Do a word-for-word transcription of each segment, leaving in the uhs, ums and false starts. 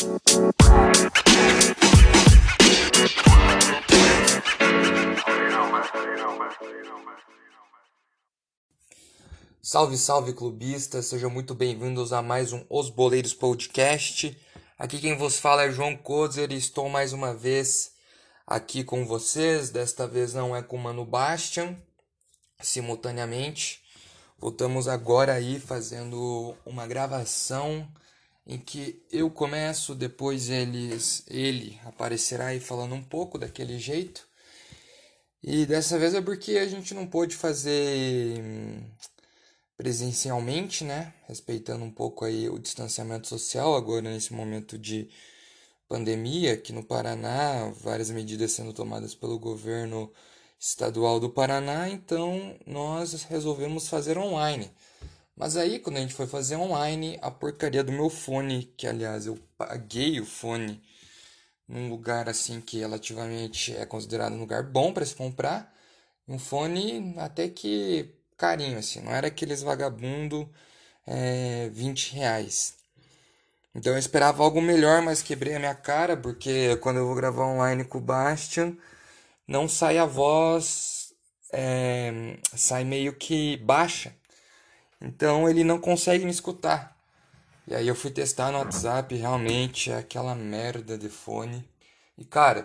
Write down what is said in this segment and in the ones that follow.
Salve, salve clubistas, sejam muito bem-vindos a mais um Os Boleiros Podcast. Aqui quem vos fala é João Kozer e estou mais uma vez aqui com vocês. Desta vez não é com o Mano Bastian, simultaneamente. Voltamos agora aí fazendo uma gravação em que eu começo, depois eles, ele aparecerá aí falando um pouco daquele jeito. E dessa vez é porque a gente não pôde fazer presencialmente, né? Respeitando um pouco aí o distanciamento social agora nesse momento de pandemia aqui no Paraná, várias medidas sendo tomadas pelo governo estadual do Paraná, então nós resolvemos fazer online. Mas aí quando a gente foi fazer online, a porcaria do meu fone, que aliás eu paguei o fone num lugar assim que relativamente é considerado um lugar bom para se comprar, um fone até que carinho, assim, não era aqueles vagabundo é, vinte reais. Então eu esperava algo melhor, mas quebrei a minha cara, porque quando eu vou gravar online com o Bastian, não sai a voz, é, sai meio que baixa. Então ele não consegue me escutar. E aí eu fui testar no WhatsApp, realmente é aquela merda de fone. E cara,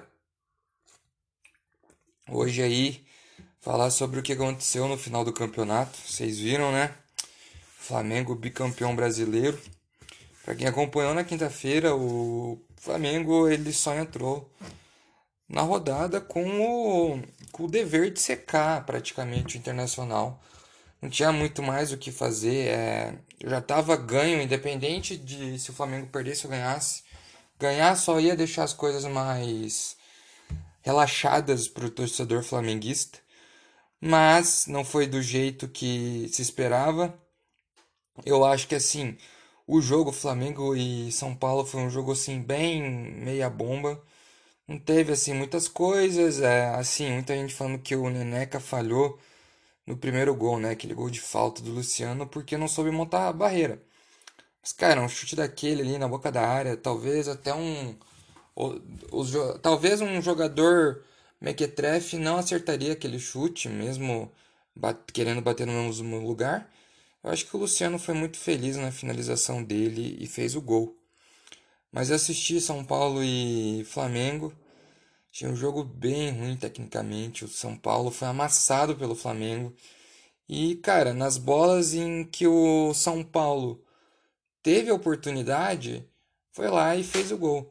hoje aí falar sobre o que aconteceu no final do campeonato. Vocês viram, né? Flamengo bicampeão brasileiro. Para quem acompanhou na quinta-feira, o Flamengo ele só entrou na rodada com o, com o dever de secar praticamente o Internacional. Não tinha muito mais o que fazer. É, já estava ganho, independente de se o Flamengo perdesse ou ganhasse. Ganhar só ia deixar as coisas mais relaxadas para o torcedor flamenguista. Mas não foi do jeito que se esperava. Eu acho que assim, o jogo Flamengo e São Paulo foi um jogo assim bem meia bomba. Não teve assim muitas coisas, é, assim, muita gente falando que o Neneca falhou no primeiro gol, né, aquele gol de falta do Luciano porque não soube montar a barreira. Mas cara, um chute daquele ali na boca da área, talvez até um o, os, talvez um jogador mequetrefe não acertaria aquele chute, mesmo bat, querendo bater no mesmo lugar. Eu acho que o Luciano foi muito feliz na finalização dele e fez o gol. Mas eu assisti São Paulo e Flamengo. Tinha um jogo bem ruim tecnicamente. O São Paulo foi amassado pelo Flamengo. E, cara, nas bolas em que o São Paulo teve a oportunidade, foi lá e fez o gol.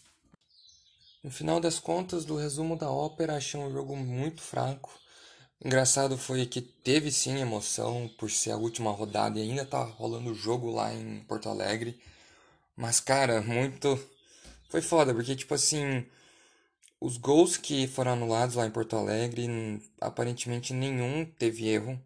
No final das contas, do resumo da ópera, achei um jogo muito fraco. Engraçado foi que teve sim emoção por ser a última rodada e ainda tá rolando o jogo lá em Porto Alegre. Mas, cara, muito. Foi foda, porque, tipo assim, os gols que foram anulados lá em Porto Alegre, aparentemente nenhum teve erro.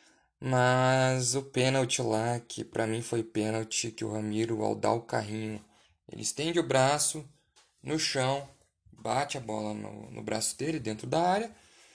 Mas o pênalti lá, que pra mim foi pênalti, que o Ramiro, ao dar o carrinho, ele estende o braço no chão, bate a bola no, no braço dele, dentro da área.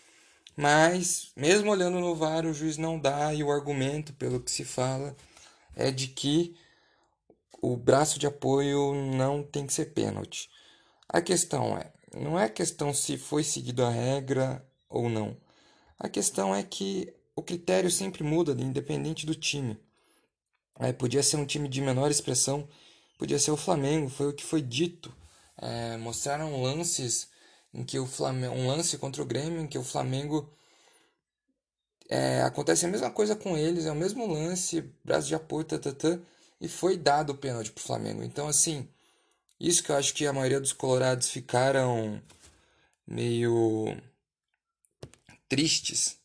Mas, mesmo olhando no V A R, o juiz não dá, e o argumento, pelo que se fala, é de que o braço de apoio não tem que ser pênalti. A questão é, não é questão se foi seguido a regra ou não. A questão é que o critério sempre muda, independente do time. É, podia ser um time de menor expressão, podia ser o Flamengo, foi o que foi dito. É, mostraram lances em que o Flamengo, um lance contra o Grêmio em que o Flamengo é, acontece a mesma coisa com eles, é o mesmo lance, braço de apoio, tatatã, e foi dado o pênalti pro Flamengo. Então, assim, isso que eu acho que a maioria dos colorados ficaram meio tristes.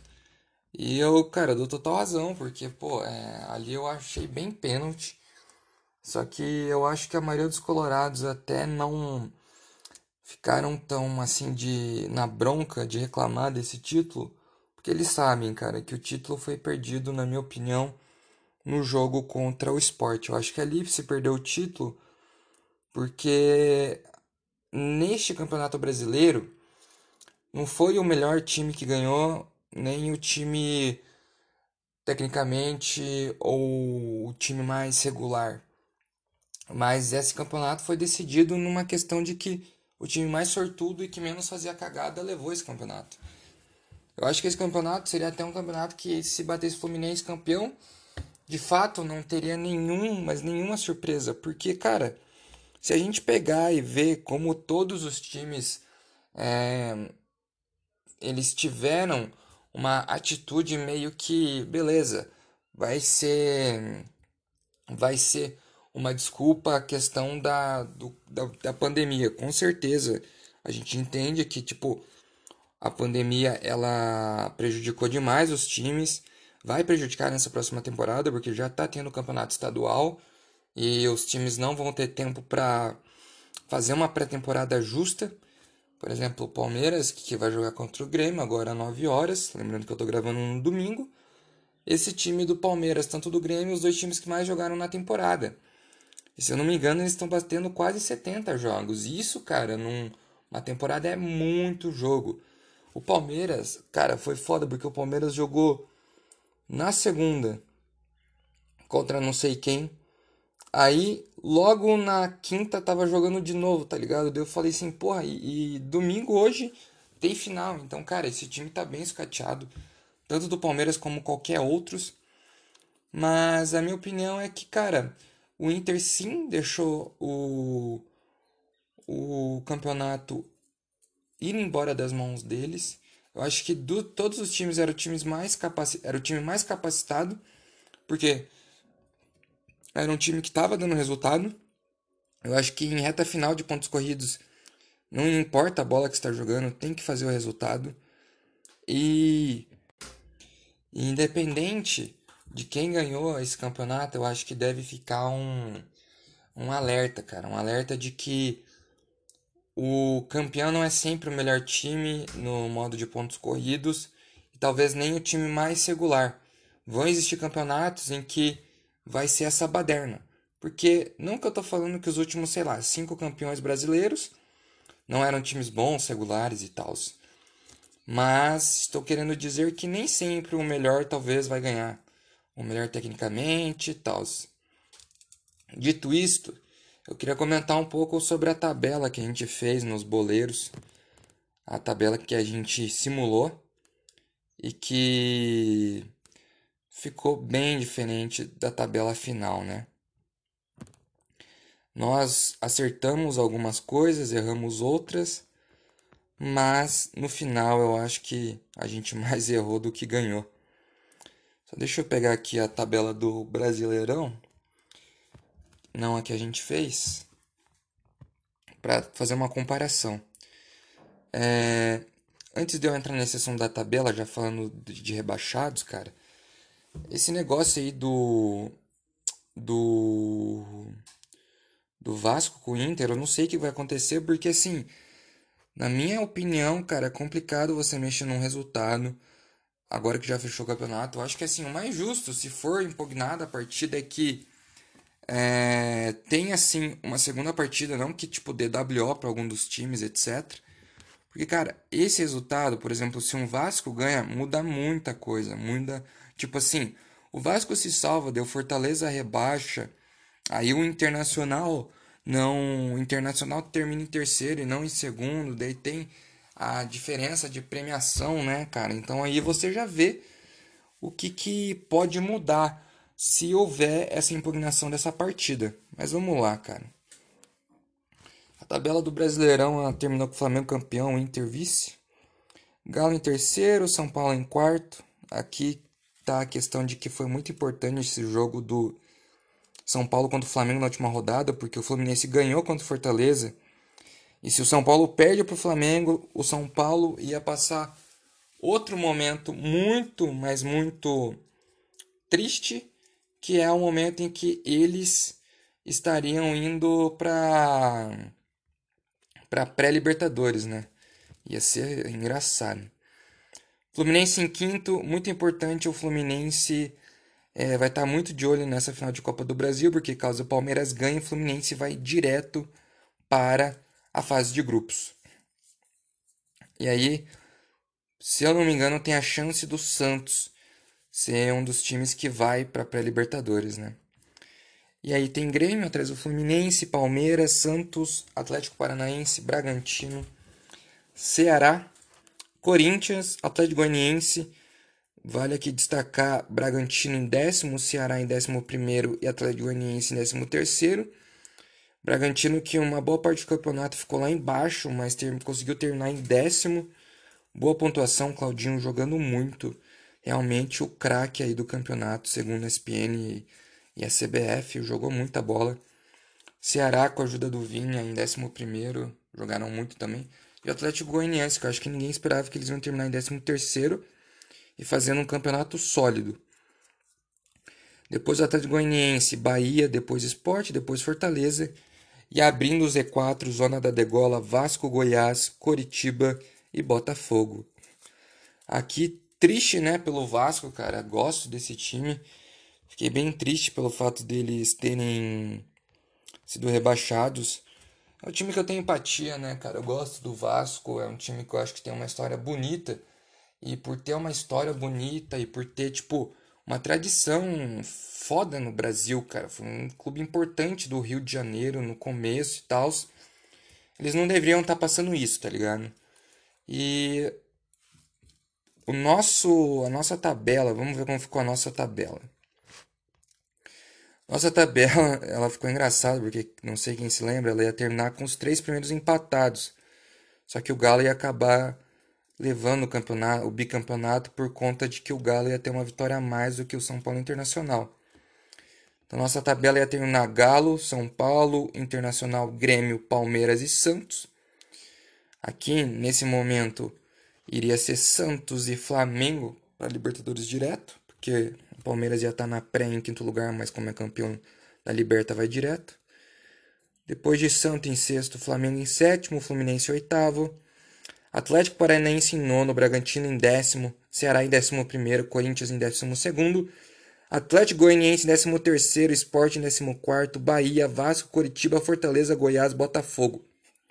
E eu, cara, dou total razão, porque, pô, é, ali eu achei bem pênalti. Só que eu acho que a maioria dos colorados até não ficaram tão assim de na bronca de reclamar desse título, porque eles sabem, cara, que o título foi perdido, na minha opinião, no jogo contra o Sport. Eu acho que ali se perdeu o título porque neste Campeonato Brasileiro não foi o melhor time que ganhou, nem o time tecnicamente ou o time mais regular. Mas esse campeonato foi decidido numa questão de que o time mais sortudo e que menos fazia cagada levou esse campeonato. Eu acho que esse campeonato seria até um campeonato que, se batesse o Fluminense campeão, de fato não teria nenhum, mas nenhuma surpresa. Porque, cara, se a gente pegar e ver como todos os times é, eles tiveram uma atitude meio que, beleza, vai ser, vai ser uma desculpa a questão da, do, da, da pandemia. Com certeza, a gente entende que, tipo, a pandemia ela prejudicou demais os times, vai prejudicar nessa próxima temporada, porque já está tendo campeonato estadual e os times não vão ter tempo para fazer uma pré-temporada justa. Por exemplo, o Palmeiras, que vai jogar contra o Grêmio agora às nove horas, lembrando que eu estou gravando no domingo. Esse time do Palmeiras, tanto do Grêmio, os dois times que mais jogaram na temporada. E se eu não me engano, eles estão batendo quase setenta jogos. E isso, cara, numa temporada é muito jogo. O Palmeiras, cara, foi foda porque o Palmeiras jogou na segunda contra não sei quem. Aí, logo na quinta, tava jogando de novo, tá ligado? Daí eu falei assim, porra, e, e domingo hoje tem final. Então, cara, esse time tá bem escateado. Tanto do Palmeiras como qualquer outros. Mas a minha opinião é que, cara, o Inter sim deixou o, o campeonato ir embora das mãos deles. Eu acho que do, todos os times eram times mais capaci era o time mais capacitado, porque era um time que estava dando resultado. Eu acho que em reta final de pontos corridos, não importa a bola que está jogando, tem que fazer o resultado. E independente de quem ganhou esse campeonato, eu acho que deve ficar um, um alerta, cara. Um alerta de que o campeão não é sempre o melhor time no modo de pontos corridos e talvez nem o time mais regular. Vão existir campeonatos em que vai ser essa baderna. Porque não que eu tô falando que os últimos, sei lá, cinco campeões brasileiros não eram times bons, regulares e tal. Mas estou querendo dizer que nem sempre o melhor talvez vai ganhar. O melhor tecnicamente e tal. Dito isto, eu queria comentar um pouco sobre a tabela que a gente fez nos boleiros. A tabela que a gente simulou e que ficou bem diferente da tabela final, né? Nós acertamos algumas coisas, erramos outras, mas no final eu acho que a gente mais errou do que ganhou. Só deixa eu pegar aqui a tabela do Brasileirão, não a que a gente fez, para fazer uma comparação. É, Antes de eu entrar nesse assunto da tabela, já falando de rebaixados, cara, esse negócio aí do do do Vasco com o Inter, eu não sei o que vai acontecer, porque assim, na minha opinião, cara, é complicado você mexer num resultado agora que já fechou o campeonato. Eu acho que assim, o mais justo, se for impugnada a partida, é que é, tem assim uma segunda partida, não que tipo dê W O para algum dos times, etcétera. Porque, cara, esse resultado, por exemplo, se um Vasco ganha, muda muita coisa. Muda, tipo assim, o Vasco se salva, deu Fortaleza rebaixa. Aí o Internacional não, o Internacional termina em terceiro e não em segundo, daí tem a diferença de premiação, né, cara? Então aí você já vê o que que pode mudar se houver essa impugnação dessa partida. Mas vamos lá, cara. A tabela do Brasileirão ela terminou com o Flamengo campeão, Inter vice. Galo em terceiro, São Paulo em quarto. Aqui tá a questão de que foi muito importante esse jogo do São Paulo contra o Flamengo na última rodada, porque o Fluminense ganhou contra o Fortaleza. E se o São Paulo perde para o Flamengo, o São Paulo ia passar outro momento muito, mas muito triste, que é o momento em que eles estariam indo para para pré-Libertadores, né? Ia ser engraçado. Fluminense em quinto, muito importante. O Fluminense é, vai estar muito de olho nessa final de Copa do Brasil, porque caso o Palmeiras ganhe, o Fluminense vai direto para a fase de grupos. E aí, se eu não me engano, tem a chance do Santos ser um dos times que vai para a pré-Libertadores, né? E aí tem Grêmio atrás do Fluminense, Palmeiras, Santos, Atlético Paranaense, Bragantino, Ceará, Corinthians, Atlético Goianiense. Vale aqui destacar Bragantino em décimo, Ceará em décimo primeiro e Atlético Goianiense em décimo terceiro. Bragantino que uma boa parte do campeonato ficou lá embaixo, mas ter, conseguiu terminar em décimo. Boa pontuação, Claudinho jogando muito. Realmente o craque aí do campeonato, segundo a E S P N e a C B F, jogou muita bola. Ceará com a ajuda do Vinha em décimo primeiro, jogaram muito também. E o Atlético Goianiense, que eu acho que ninguém esperava que eles iam terminar em décimo terceiro e fazendo um campeonato sólido. Depois o Atlético Goianiense, Bahia, depois Sport, depois Fortaleza. E abrindo o Z quatro, zona da degola, Vasco, Goiás, Coritiba e Botafogo. Aqui triste, né, pelo Vasco, cara. Gosto desse time. Fiquei bem triste pelo fato deles terem sido rebaixados. É um time que eu tenho empatia, né, cara? Eu gosto do Vasco. É um time que eu acho que tem uma história bonita. E por ter uma história bonita e por ter, tipo, uma tradição foda no Brasil, cara. Foi um clube importante do Rio de Janeiro no começo e tal. Eles não deveriam estar passando isso, tá ligado? E o nosso, a nossa tabela, vamos ver como ficou a nossa tabela. Nossa tabela, ela ficou engraçada, porque não sei quem se lembra, ela ia terminar com os três primeiros empatados. Só que o Galo ia acabar levando o campeonato, o bicampeonato por conta de que o Galo ia ter uma vitória a mais do que o São Paulo Internacional. Então nossa tabela ia terminar Galo, São Paulo, Internacional, Grêmio, Palmeiras e Santos. Aqui, nesse momento, iria ser Santos e Flamengo para Libertadores direto, porque o Palmeiras ia estar na pré em quinto lugar, mas como é campeão da Liberta vai direto. Depois de Santos em sexto, Flamengo em sétimo, Fluminense em oitavo, Atlético Paranaense em nono, Bragantino em décimo, Ceará em décimo primeiro, Corinthians em décimo segundo, Atlético Goianiense em décimo terceiro, Sport em décimo quarto, Bahia, Vasco, Coritiba, Fortaleza, Goiás, Botafogo.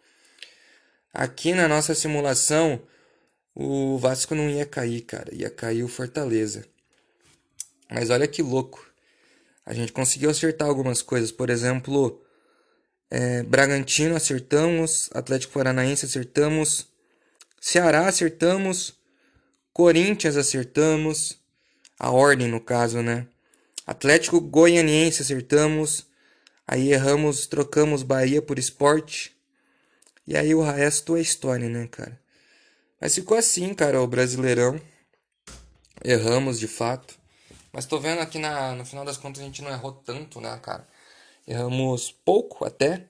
Aqui na nossa simulação, o Vasco não ia cair, cara. Ia cair o Fortaleza. Mas olha que louco. A gente conseguiu acertar algumas coisas. Por exemplo, é, Bragantino acertamos. Atlético Paranaense acertamos. Ceará acertamos. Corinthians acertamos. A ordem, no caso, né? Atlético Goianiense acertamos. Aí erramos, trocamos Bahia por Sport. E aí o resto é história, né, cara? Mas ficou assim, cara, o Brasileirão. Erramos de fato. Mas tô vendo aqui na, no final das contas a gente não errou tanto, né, cara? Erramos pouco até.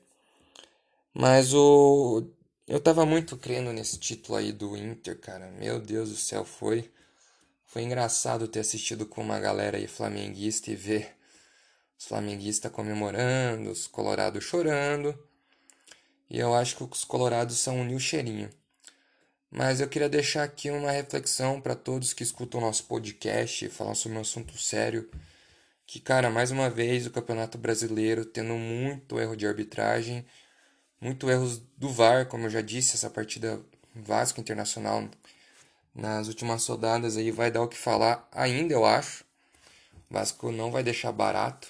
Mas o. Eu tava muito crendo nesse título aí do Inter, cara. Meu Deus do céu, foi. Foi engraçado ter assistido com uma galera aí flamenguista e ver os flamenguistas comemorando, os colorados chorando. E eu acho que os colorados são um new cheirinho. Mas eu queria deixar aqui uma reflexão para todos que escutam o nosso podcast, falar sobre um assunto sério. Que, cara, mais uma vez o Campeonato Brasileiro tendo muito erro de arbitragem, muito erros do VAR, como eu já disse, essa partida Vasco Internacional nas últimas rodadas aí vai dar o que falar ainda, eu acho. O Vasco não vai deixar barato.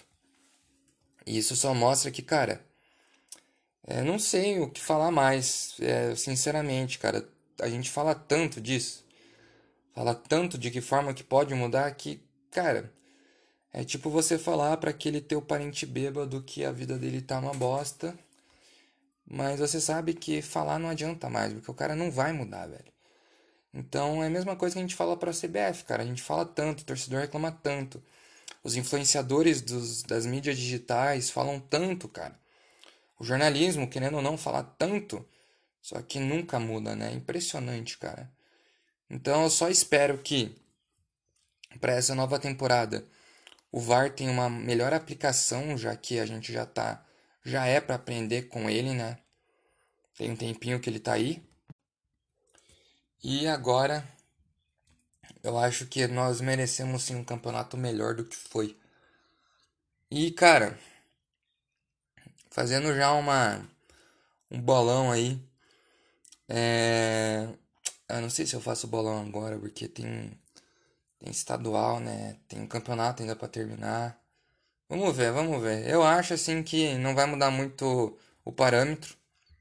E isso só mostra que, cara, é, não sei o que falar mais, é, sinceramente, cara. A gente fala tanto disso, fala tanto de que forma que pode mudar que, cara, é tipo você falar para aquele teu parente bêbado que a vida dele tá uma bosta, mas você sabe que falar não adianta mais, porque o cara não vai mudar, velho. Então é a mesma coisa que a gente fala pra C B F, cara. A gente fala tanto, o torcedor reclama tanto. Os influenciadores dos, das mídias digitais falam tanto, cara. O jornalismo, querendo ou não, fala tanto, só que nunca muda, né? É impressionante, cara. Então eu só espero que para essa nova temporada o VAR tenha uma melhor aplicação, já que a gente já tá, já é para aprender com ele, né? Tem um tempinho que ele tá aí. E agora eu acho que nós merecemos sim um campeonato melhor do que foi. E cara, fazendo já uma um bolão aí, é... eu não sei se eu faço bolão agora porque tem tem estadual, né? Tem um campeonato ainda para terminar. Vamos ver, vamos ver. Eu acho assim que não vai mudar muito o parâmetro.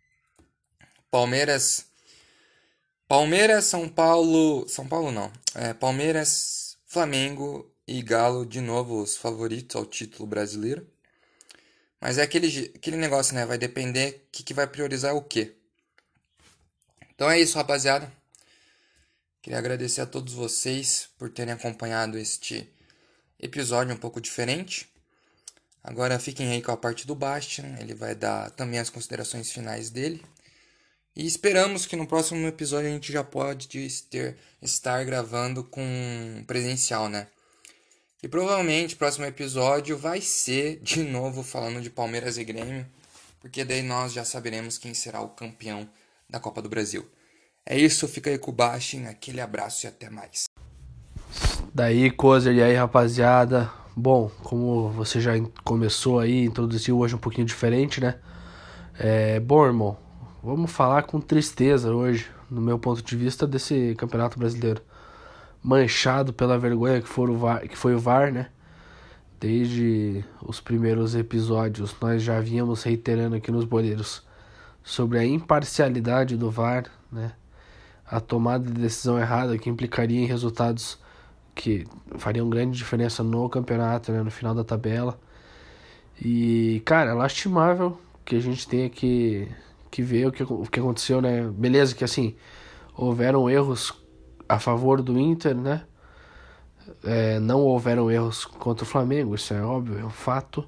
Palmeiras, Palmeiras, São Paulo, São Paulo não. É, Palmeiras, Flamengo e Galo de novo os favoritos ao título brasileiro. Mas é aquele, je- aquele negócio, né? Vai depender que que vai priorizar o quê. Então é isso, rapaziada. Queria agradecer a todos vocês por terem acompanhado este episódio um pouco diferente. Agora fiquem aí com a parte do Bastian, ele vai dar também as considerações finais dele. E esperamos que no próximo episódio a gente já pode ter, estar gravando com presencial, né? E provavelmente o próximo episódio vai ser de novo falando de Palmeiras e Grêmio, porque daí nós já saberemos quem será o campeão da Copa do Brasil. É isso, fica aí com o Bastian, aquele abraço e até mais. Daí, Kozer, e aí, rapaziada? Bom, como você já in- começou aí, introduziu hoje um pouquinho diferente, né? É, bom, irmão, vamos falar com tristeza hoje, no meu ponto de vista, desse Campeonato Brasileiro. Manchado pela vergonha que, for o VAR, que foi o VAR, né? Desde os primeiros episódios, nós já vínhamos reiterando aqui nos boleiros sobre a imparcialidade do VAR, né? A tomada de decisão errada que implicaria em resultados que fariam grande diferença no campeonato, né, no final da tabela. E, cara, é lastimável que a gente tenha que, que ver o que, o que aconteceu, né? Beleza que, assim, houveram erros a favor do Inter, né? É, não houveram erros contra o Flamengo, isso é óbvio, é um fato.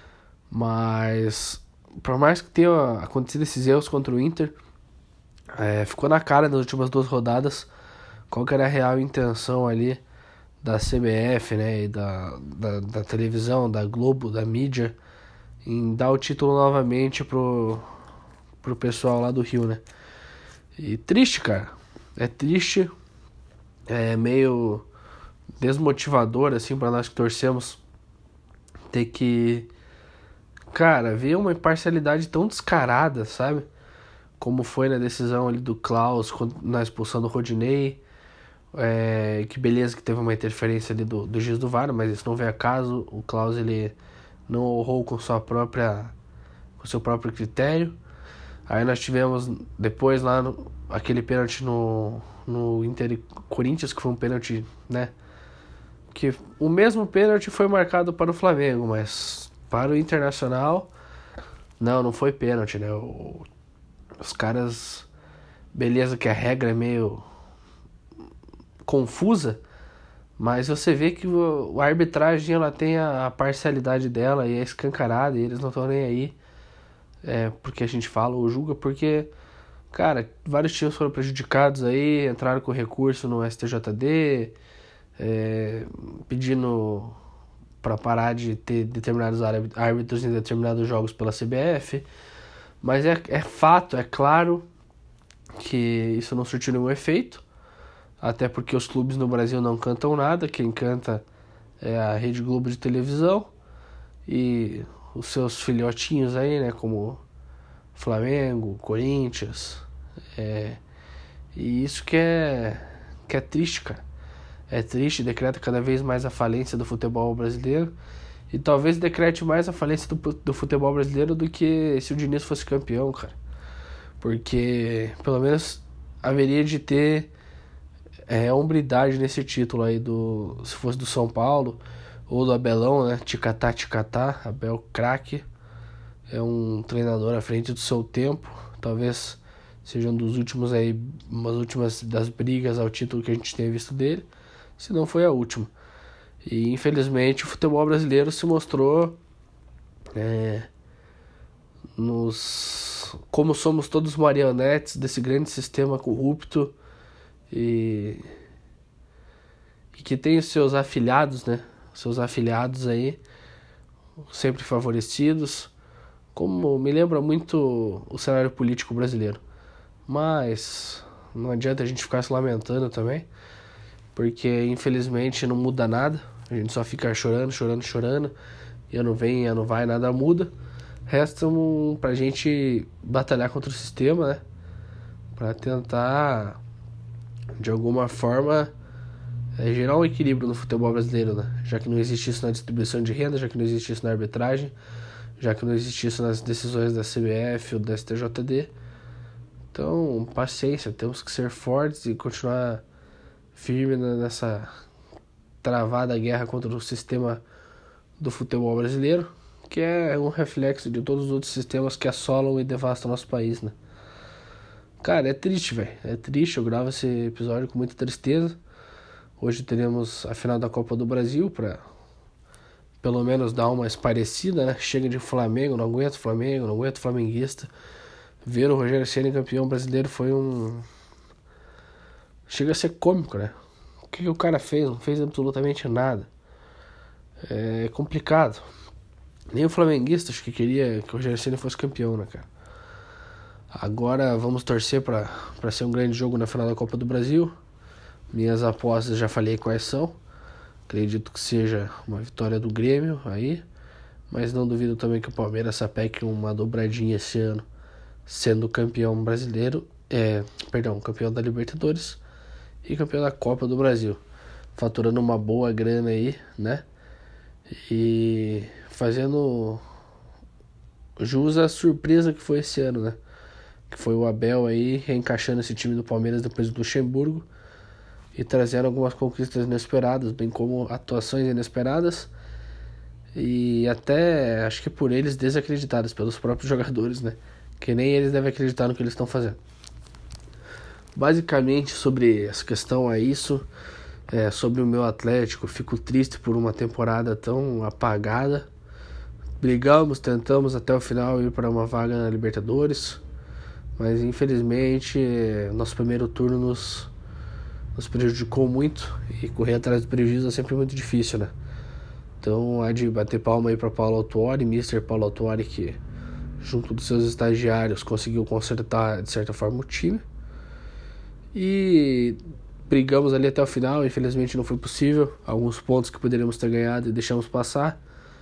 Mas, por mais que tenha acontecido esses erros contra o Inter, é, ficou na cara nas últimas duas rodadas qual que era a real intenção ali da C B F, né, e da, da, da televisão, da Globo, da mídia, em dar o título novamente pro, pro pessoal lá do Rio, né. E triste, cara, é triste, é meio desmotivador, assim, pra nós que torcemos, ter que, cara, ver uma imparcialidade tão descarada, sabe, como foi na decisão ali do Klaus na expulsão do Rodinei. É, que beleza que teve uma interferência ali do, do juiz do VAR, mas isso não veio a caso. O Klaus, ele não honrou com sua própria, com seu próprio critério. Aí nós tivemos depois lá no, aquele pênalti no, no Inter e Corinthians, que foi um pênalti, né? Que o mesmo pênalti foi marcado para o Flamengo, mas para o Internacional, não, não foi pênalti, né? O, os caras, beleza que a regra é meio confusa, mas você vê que o, a arbitragem ela tem a, a parcialidade dela e é escancarada e eles não estão nem aí é, porque a gente fala ou julga, porque, cara, vários times foram prejudicados aí, entraram com recurso no S T J D, é, pedindo para parar de ter determinados árbitros em determinados jogos pela C B F, mas é, é fato, é claro que isso não surtiu nenhum efeito. Até porque os clubes no Brasil não cantam nada, quem canta é a Rede Globo de televisão e os seus filhotinhos aí, né, como Flamengo, Corinthians, é, e isso que é, que é triste, cara. É triste, decreta cada vez mais a falência do futebol brasileiro e talvez decrete mais a falência do, do futebol brasileiro do que se o Diniz fosse campeão, cara. Porque pelo menos haveria de ter é hombridade nesse título aí do, se fosse do São Paulo ou do Abelão, né? Ticatá, Ticatá, Abel craque, é um treinador à frente do seu tempo, talvez seja um dos últimos aí, umas últimas das brigas ao título que a gente tenha visto dele, se não foi a última. E infelizmente o futebol brasileiro se mostrou é, nos como somos todos marionetes desse grande sistema corrupto e, e que tem os seus afilhados, né? Seus afilhados aí, sempre favorecidos, como me lembra muito o cenário político brasileiro. Mas não adianta a gente ficar se lamentando também, porque infelizmente não muda nada, a gente só fica chorando, chorando, chorando, e ano vem, ano vai, nada muda. Resta um, pra gente batalhar contra o sistema, né? Pra tentar de alguma forma é gerar um equilíbrio no futebol brasileiro, né? Já que não existe isso na distribuição de renda, já que não existe isso na arbitragem, já que não existe isso nas decisões da C B F ou da S T J D. Então, paciência, temos que ser fortes e continuar firme nessa travada guerra contra o sistema do futebol brasileiro, que é um reflexo de todos os outros sistemas que assolam e devastam nosso país, né? Cara, é triste, velho. É triste, eu gravo esse episódio com muita tristeza. Hoje teremos a final da Copa do Brasil pra pelo menos dar uma esparecida, né? Chega de Flamengo, não aguento Flamengo, não aguento flamenguista. Ver o Rogério Ceni campeão brasileiro foi um... Chega a ser cômico, né? O que, que o cara fez? Não fez absolutamente nada. É complicado. Nem o flamenguista acho que queria que o Rogério Ceni fosse campeão, né, cara? Agora vamos torcer pra, pra ser um grande jogo na final da Copa do Brasil. Minhas apostas já falei quais são. Acredito que seja uma vitória do Grêmio aí. Mas não duvido também que o Palmeiras sapeque uma dobradinha esse ano, sendo campeão brasileiro, é, perdão, campeão da Libertadores e campeão da Copa do Brasil, faturando uma boa grana aí, né? E fazendo jus à surpresa que foi esse ano, né? Que foi o Abel aí reencaixando esse time do Palmeiras depois do Luxemburgo e trazendo algumas conquistas inesperadas, bem como atuações inesperadas e até, acho que por eles, desacreditadas pelos próprios jogadores, né? Que nem eles devem acreditar no que eles estão fazendo. Basicamente, sobre essa questão é isso. É, sobre o meu Atlético, fico triste por uma temporada tão apagada. Brigamos, tentamos até o final ir para uma vaga na Libertadores, mas infelizmente nosso primeiro turno nos, nos prejudicou muito, e correr atrás do prejuízo é sempre muito difícil, né? Então há de bater palma aí para Paulo Autuori, mister Paulo Autuori, que junto dos seus estagiários conseguiu consertar de certa forma o time. E brigamos ali até o final, infelizmente não foi possível. Alguns pontos que poderíamos ter ganhado e deixamos passar.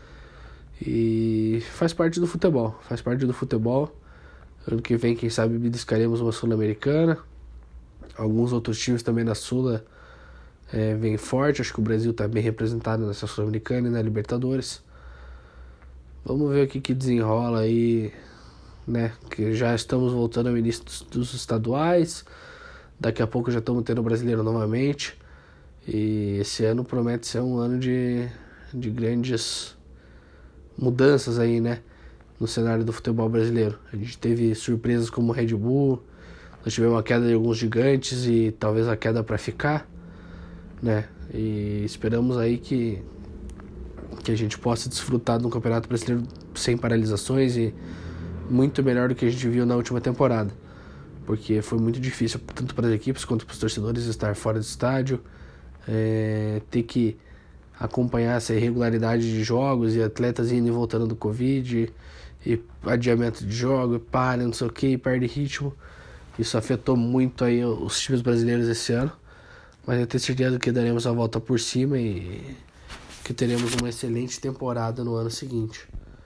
E faz parte do futebol, faz parte do futebol. Ano que vem, quem sabe, beliscaremos uma Sul-Americana. Alguns outros times também na Sula é, vêm forte. Acho que o Brasil está bem representado nessa Sul-Americana e na Libertadores. Vamos ver o que, que desenrola aí, né? Que já estamos voltando ao início dos, dos estaduais. Daqui a pouco já estamos tendo o brasileiro novamente. E esse ano promete ser um ano de, de grandes mudanças aí, né? No cenário do futebol brasileiro. A gente teve surpresas como o Red Bull. Nós tivemos uma queda de alguns gigantes e talvez a queda para ficar, né? E esperamos aí que, que a gente possa desfrutar de um campeonato brasileiro sem paralisações e muito melhor do que a gente viu na última temporada. Porque foi muito difícil, tanto para as equipes quanto para os torcedores, estar fora do estádio, é, ter que acompanhar essa irregularidade de jogos e atletas indo e voltando do Covid, e adiamento de jogo, e para, não sei o que, e perde ritmo. Isso afetou muito aí os times brasileiros esse ano, mas eu tenho certeza que daremos a volta por cima e que teremos uma excelente temporada no ano seguinte.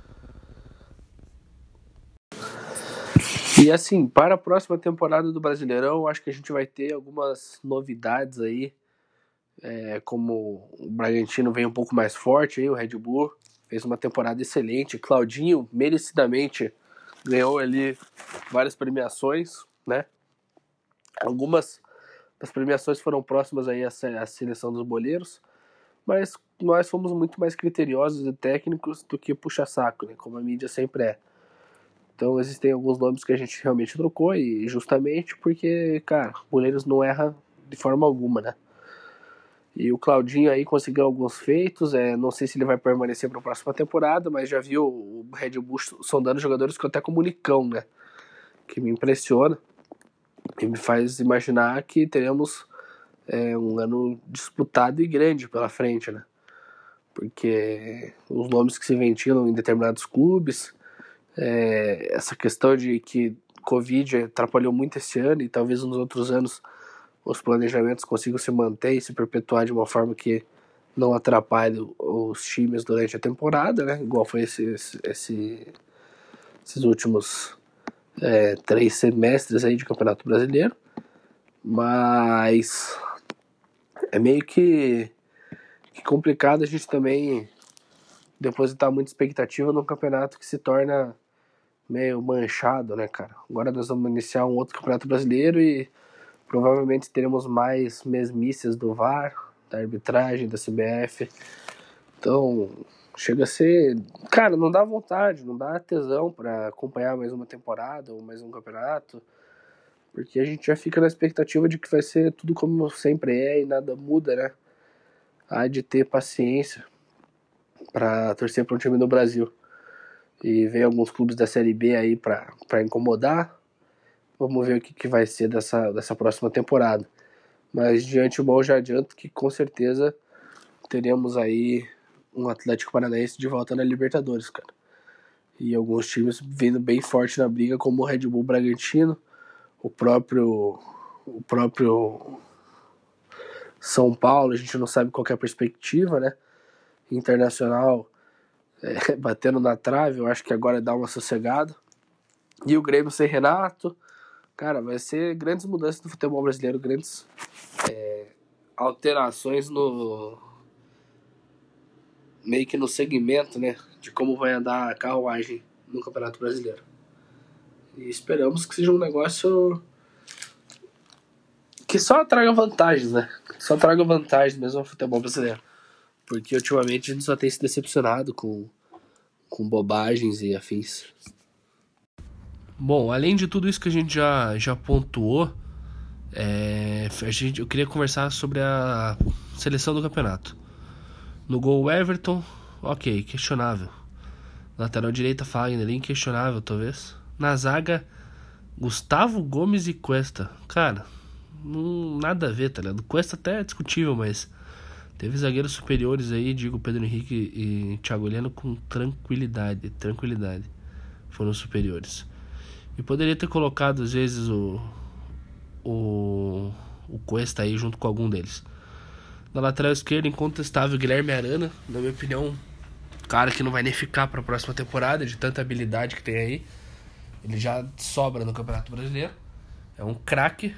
E assim, para a próxima temporada do Brasileirão, acho que a gente vai ter algumas novidades aí, é, como o Bragantino vem um pouco mais forte, aí, o Red Bull fez uma temporada excelente, Claudinho merecidamente ganhou ali várias premiações, né? Algumas das premiações foram próximas aí à seleção dos boleiros, mas nós fomos muito mais criteriosos e técnicos do que puxa-saco, né? Como a mídia sempre é. Então existem alguns nomes que a gente realmente trocou, e justamente porque, cara, o Boleiros não erra de forma alguma, né? E o Claudinho aí conseguiu alguns feitos, é, não sei se ele vai permanecer para a próxima temporada, mas já viu o Red Bull sondando jogadores que eu até como o Nicão, né? Que me impressiona e me faz imaginar que teremos é, um ano disputado e grande pela frente, né? Porque os nomes que se ventilam em determinados clubes, É, essa questão de que Covid atrapalhou muito esse ano e talvez nos outros anos os planejamentos consigam se manter e se perpetuar de uma forma que não atrapalhe os times durante a temporada, né? Igual foi esse, esse, esses últimos é, três semestres aí de Campeonato Brasileiro. Mas é meio que, que complicado a gente também depositar muita expectativa num campeonato que se torna meio manchado, né, cara? Agora nós vamos iniciar um outro campeonato brasileiro e provavelmente teremos mais mesmices do V A R, da arbitragem, da C B F. Então, chega a ser... Cara, não dá vontade, não dá tesão pra acompanhar mais uma temporada ou mais um campeonato, porque a gente já fica na expectativa de que vai ser tudo como sempre é e nada muda, né? Há de ter paciência pra torcer pra um time no Brasil. E vem alguns clubes da Série B aí pra, pra incomodar. Vamos ver o que, que vai ser dessa, dessa próxima temporada. Mas de antemão já adianto que com certeza teremos aí um Atlético Paranaense de volta na Libertadores, cara. E alguns times vindo bem forte na briga, como o Red Bull Bragantino, o próprio, o próprio São Paulo, a gente não sabe qual que é a perspectiva, né? Internacional é, batendo na trave, eu acho que agora dá uma sossegada. E o Grêmio sem Renato, cara, vai ser grandes mudanças no futebol brasileiro, grandes é, alterações no meio que no segmento, né, de como vai andar a carruagem no Campeonato Brasileiro. E esperamos que seja um negócio que só traga vantagens, né? Só traga vantagens mesmo ao futebol brasileiro. Porque ultimamente a gente só tem se decepcionado com, com bobagens e afins. Bom, além de tudo isso que a gente já, já pontuou, é, a gente, eu queria conversar sobre a seleção do campeonato. No gol, Everton, ok, questionável. Lateral direita, Fagner, inquestionável talvez. Na zaga, Gustavo Gomes e Cuesta. Cara, não, nada a ver, tá ligado? Cuesta até é discutível, mas teve zagueiros superiores aí, digo Pedro Henrique e Thiago Heleno, com tranquilidade, tranquilidade. Foram superiores. E poderia ter colocado, às vezes, o, o, o Cuesta aí junto com algum deles. Na lateral esquerda, incontestável, Guilherme Arana. Na minha opinião, cara que não vai nem ficar para a próxima temporada, de tanta habilidade que tem aí. Ele já sobra no Campeonato Brasileiro. É um craque.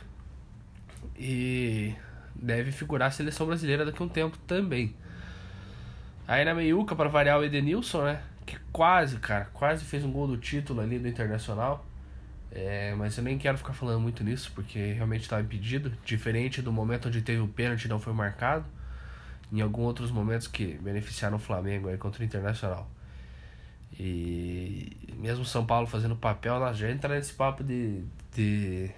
E deve figurar a seleção brasileira daqui a um tempo também. Aí na meiuca, para variar, o Edenilson, né? Que quase, cara, quase fez um gol do título ali do Internacional. É, mas eu nem quero ficar falando muito nisso, porque realmente estava impedido. Diferente do momento onde teve o pênalti e não foi marcado. Em alguns outros momentos que beneficiaram o Flamengo aí contra o Internacional. E mesmo São Paulo fazendo papel, nós já entra nesse papo de, de,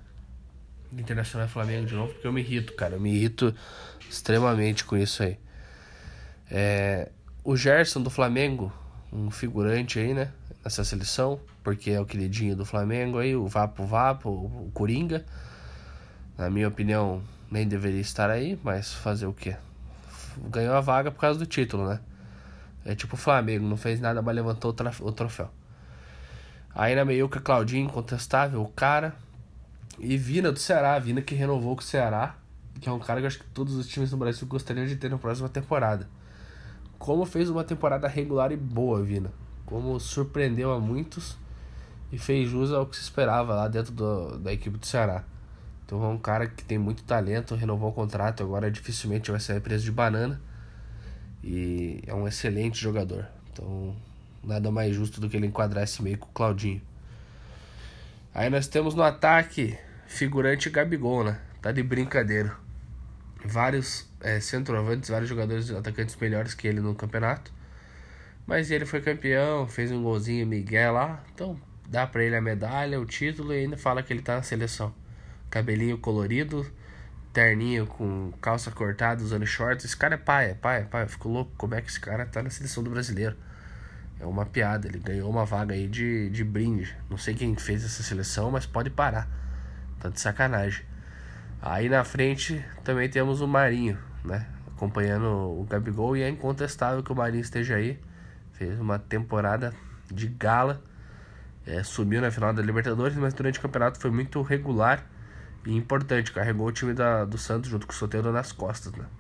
de Internacional e Flamengo de novo, porque eu me irrito, cara. Eu me irrito extremamente com isso aí. É, o Gerson do Flamengo, um figurante aí, né? Nessa seleção, porque é o queridinho do Flamengo aí, o Vapo Vapo, o Coringa. Na minha opinião, nem deveria estar aí, mas fazer o quê? Ganhou a vaga por causa do título, né? É tipo o Flamengo, não fez nada, mas levantou o troféu. Aí na meiuca, Claudinho, incontestável, o cara. E Vina do Ceará, Vina que renovou com o Ceará, que é um cara que eu acho que todos os times do Brasil gostariam de ter na próxima temporada. Como fez uma temporada regular e boa, Vina. Como surpreendeu a muitos e fez jus ao que se esperava lá dentro do, da equipe do Ceará. Então é um cara que tem muito talento, renovou o contrato, agora dificilmente vai sair preço de banana. E é um excelente jogador. Então nada mais justo do que ele enquadrar esse meio com o Claudinho. Aí nós temos no ataque figurante Gabigol, né? Tá de brincadeira. Vários é, centroavantes, vários jogadores atacantes melhores que ele no campeonato. Mas ele foi campeão, fez um golzinho Miguel lá. Então dá pra ele a medalha, o título, e ainda fala que ele tá na seleção. Cabelinho colorido, terninho com calça cortada, usando shorts. Esse cara é pai, é pai, é pai. Eu fico louco como é que esse cara tá na seleção do brasileiro. É uma piada, ele ganhou uma vaga aí de, de brinde. Não sei quem fez essa seleção, mas pode parar. Tá de sacanagem. Aí na frente também temos o Marinho, né? Acompanhando o Gabigol, e é incontestável que o Marinho esteja aí. Fez uma temporada de gala. É, subiu na final da Libertadores, mas durante o campeonato foi muito regular e importante. Carregou o time da, do Santos junto com o Soteldo nas costas, né?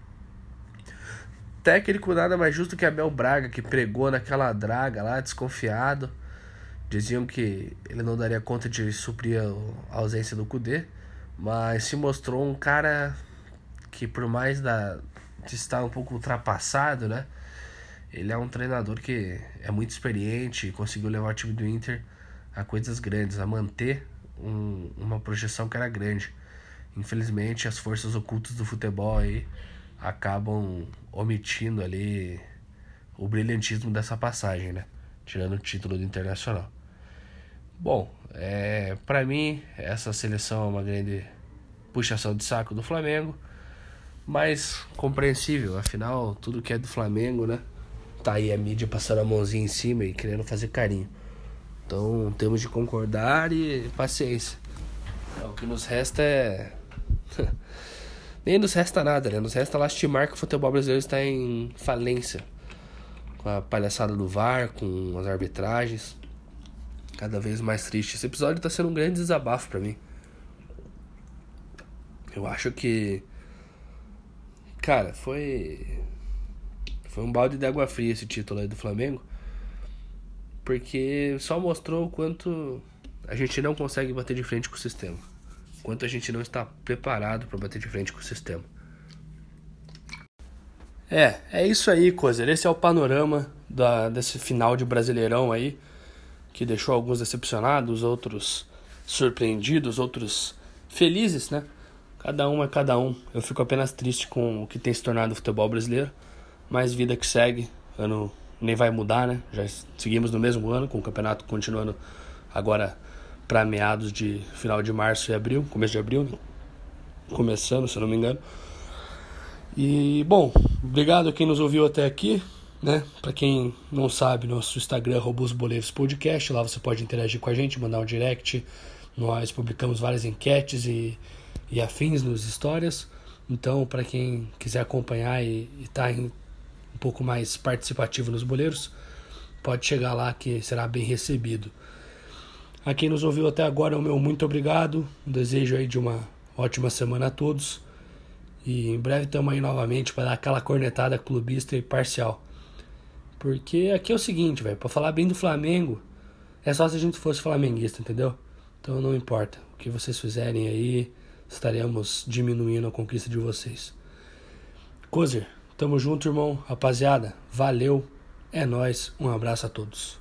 Técnico nada mais justo que Abel Braga, que pregou naquela draga lá, desconfiado. Diziam que ele não daria conta de suprir a ausência do Kudê, mas se mostrou um cara que por mais da, de estar um pouco ultrapassado, né? Ele é um treinador que é muito experiente e conseguiu levar o time do Inter a coisas grandes, a manter um, uma projeção que era grande. Infelizmente, as forças ocultas do futebol aí acabam omitindo ali o brilhantismo dessa passagem, né? Tirando o título do Internacional. Bom, é, para mim, essa seleção é uma grande puxação de saco do Flamengo, mas compreensível, afinal, tudo que é do Flamengo, né? Tá aí a mídia passando a mãozinha em cima e querendo fazer carinho. Então temos de concordar e paciência. O que nos resta é... Nem nos resta nada, né? Nos resta lastimar que o futebol brasileiro está em falência. Com a palhaçada do V A R, com as arbitragens. Cada vez mais triste. Esse episódio está sendo um grande desabafo para mim. Eu acho que... Cara, foi... Foi um balde de água fria esse título aí do Flamengo. Porque só mostrou o quanto a gente não consegue bater de frente com o sistema. O quanto a gente não está preparado para bater de frente com o sistema. É, é isso aí, Cozer. Esse é o panorama da, desse final de Brasileirão aí. Que deixou alguns decepcionados, outros surpreendidos, outros felizes, né? Cada um é cada um. Eu fico apenas triste com o que tem se tornado o futebol brasileiro. Mas vida que segue, ano nem vai mudar, né? Já seguimos no mesmo ano, com o campeonato continuando agora para meados de final de março e abril, começo de abril, né? Começando, se eu não me engano. E, bom, obrigado a quem nos ouviu até aqui, né? Para quem não sabe, nosso Instagram é Robôs Boleiros Podcast, lá você pode interagir com a gente, mandar um direct. Nós publicamos várias enquetes e, e afins nos stories. Então, para quem quiser acompanhar e estar em um pouco mais participativo nos boleiros, pode chegar lá que será bem recebido. A quem nos ouviu até agora, o meu muito obrigado. Um desejo aí de uma ótima semana a todos. E em breve estamos aí novamente para dar aquela cornetada clubista e parcial. Porque aqui é o seguinte, velho, para falar bem do Flamengo, é só se a gente fosse flamenguista, entendeu? Então não importa. O que vocês fizerem aí, estaremos diminuindo a conquista de vocês. Cozer, tamo junto, irmão. Rapaziada, valeu. É nóis. Um abraço a todos.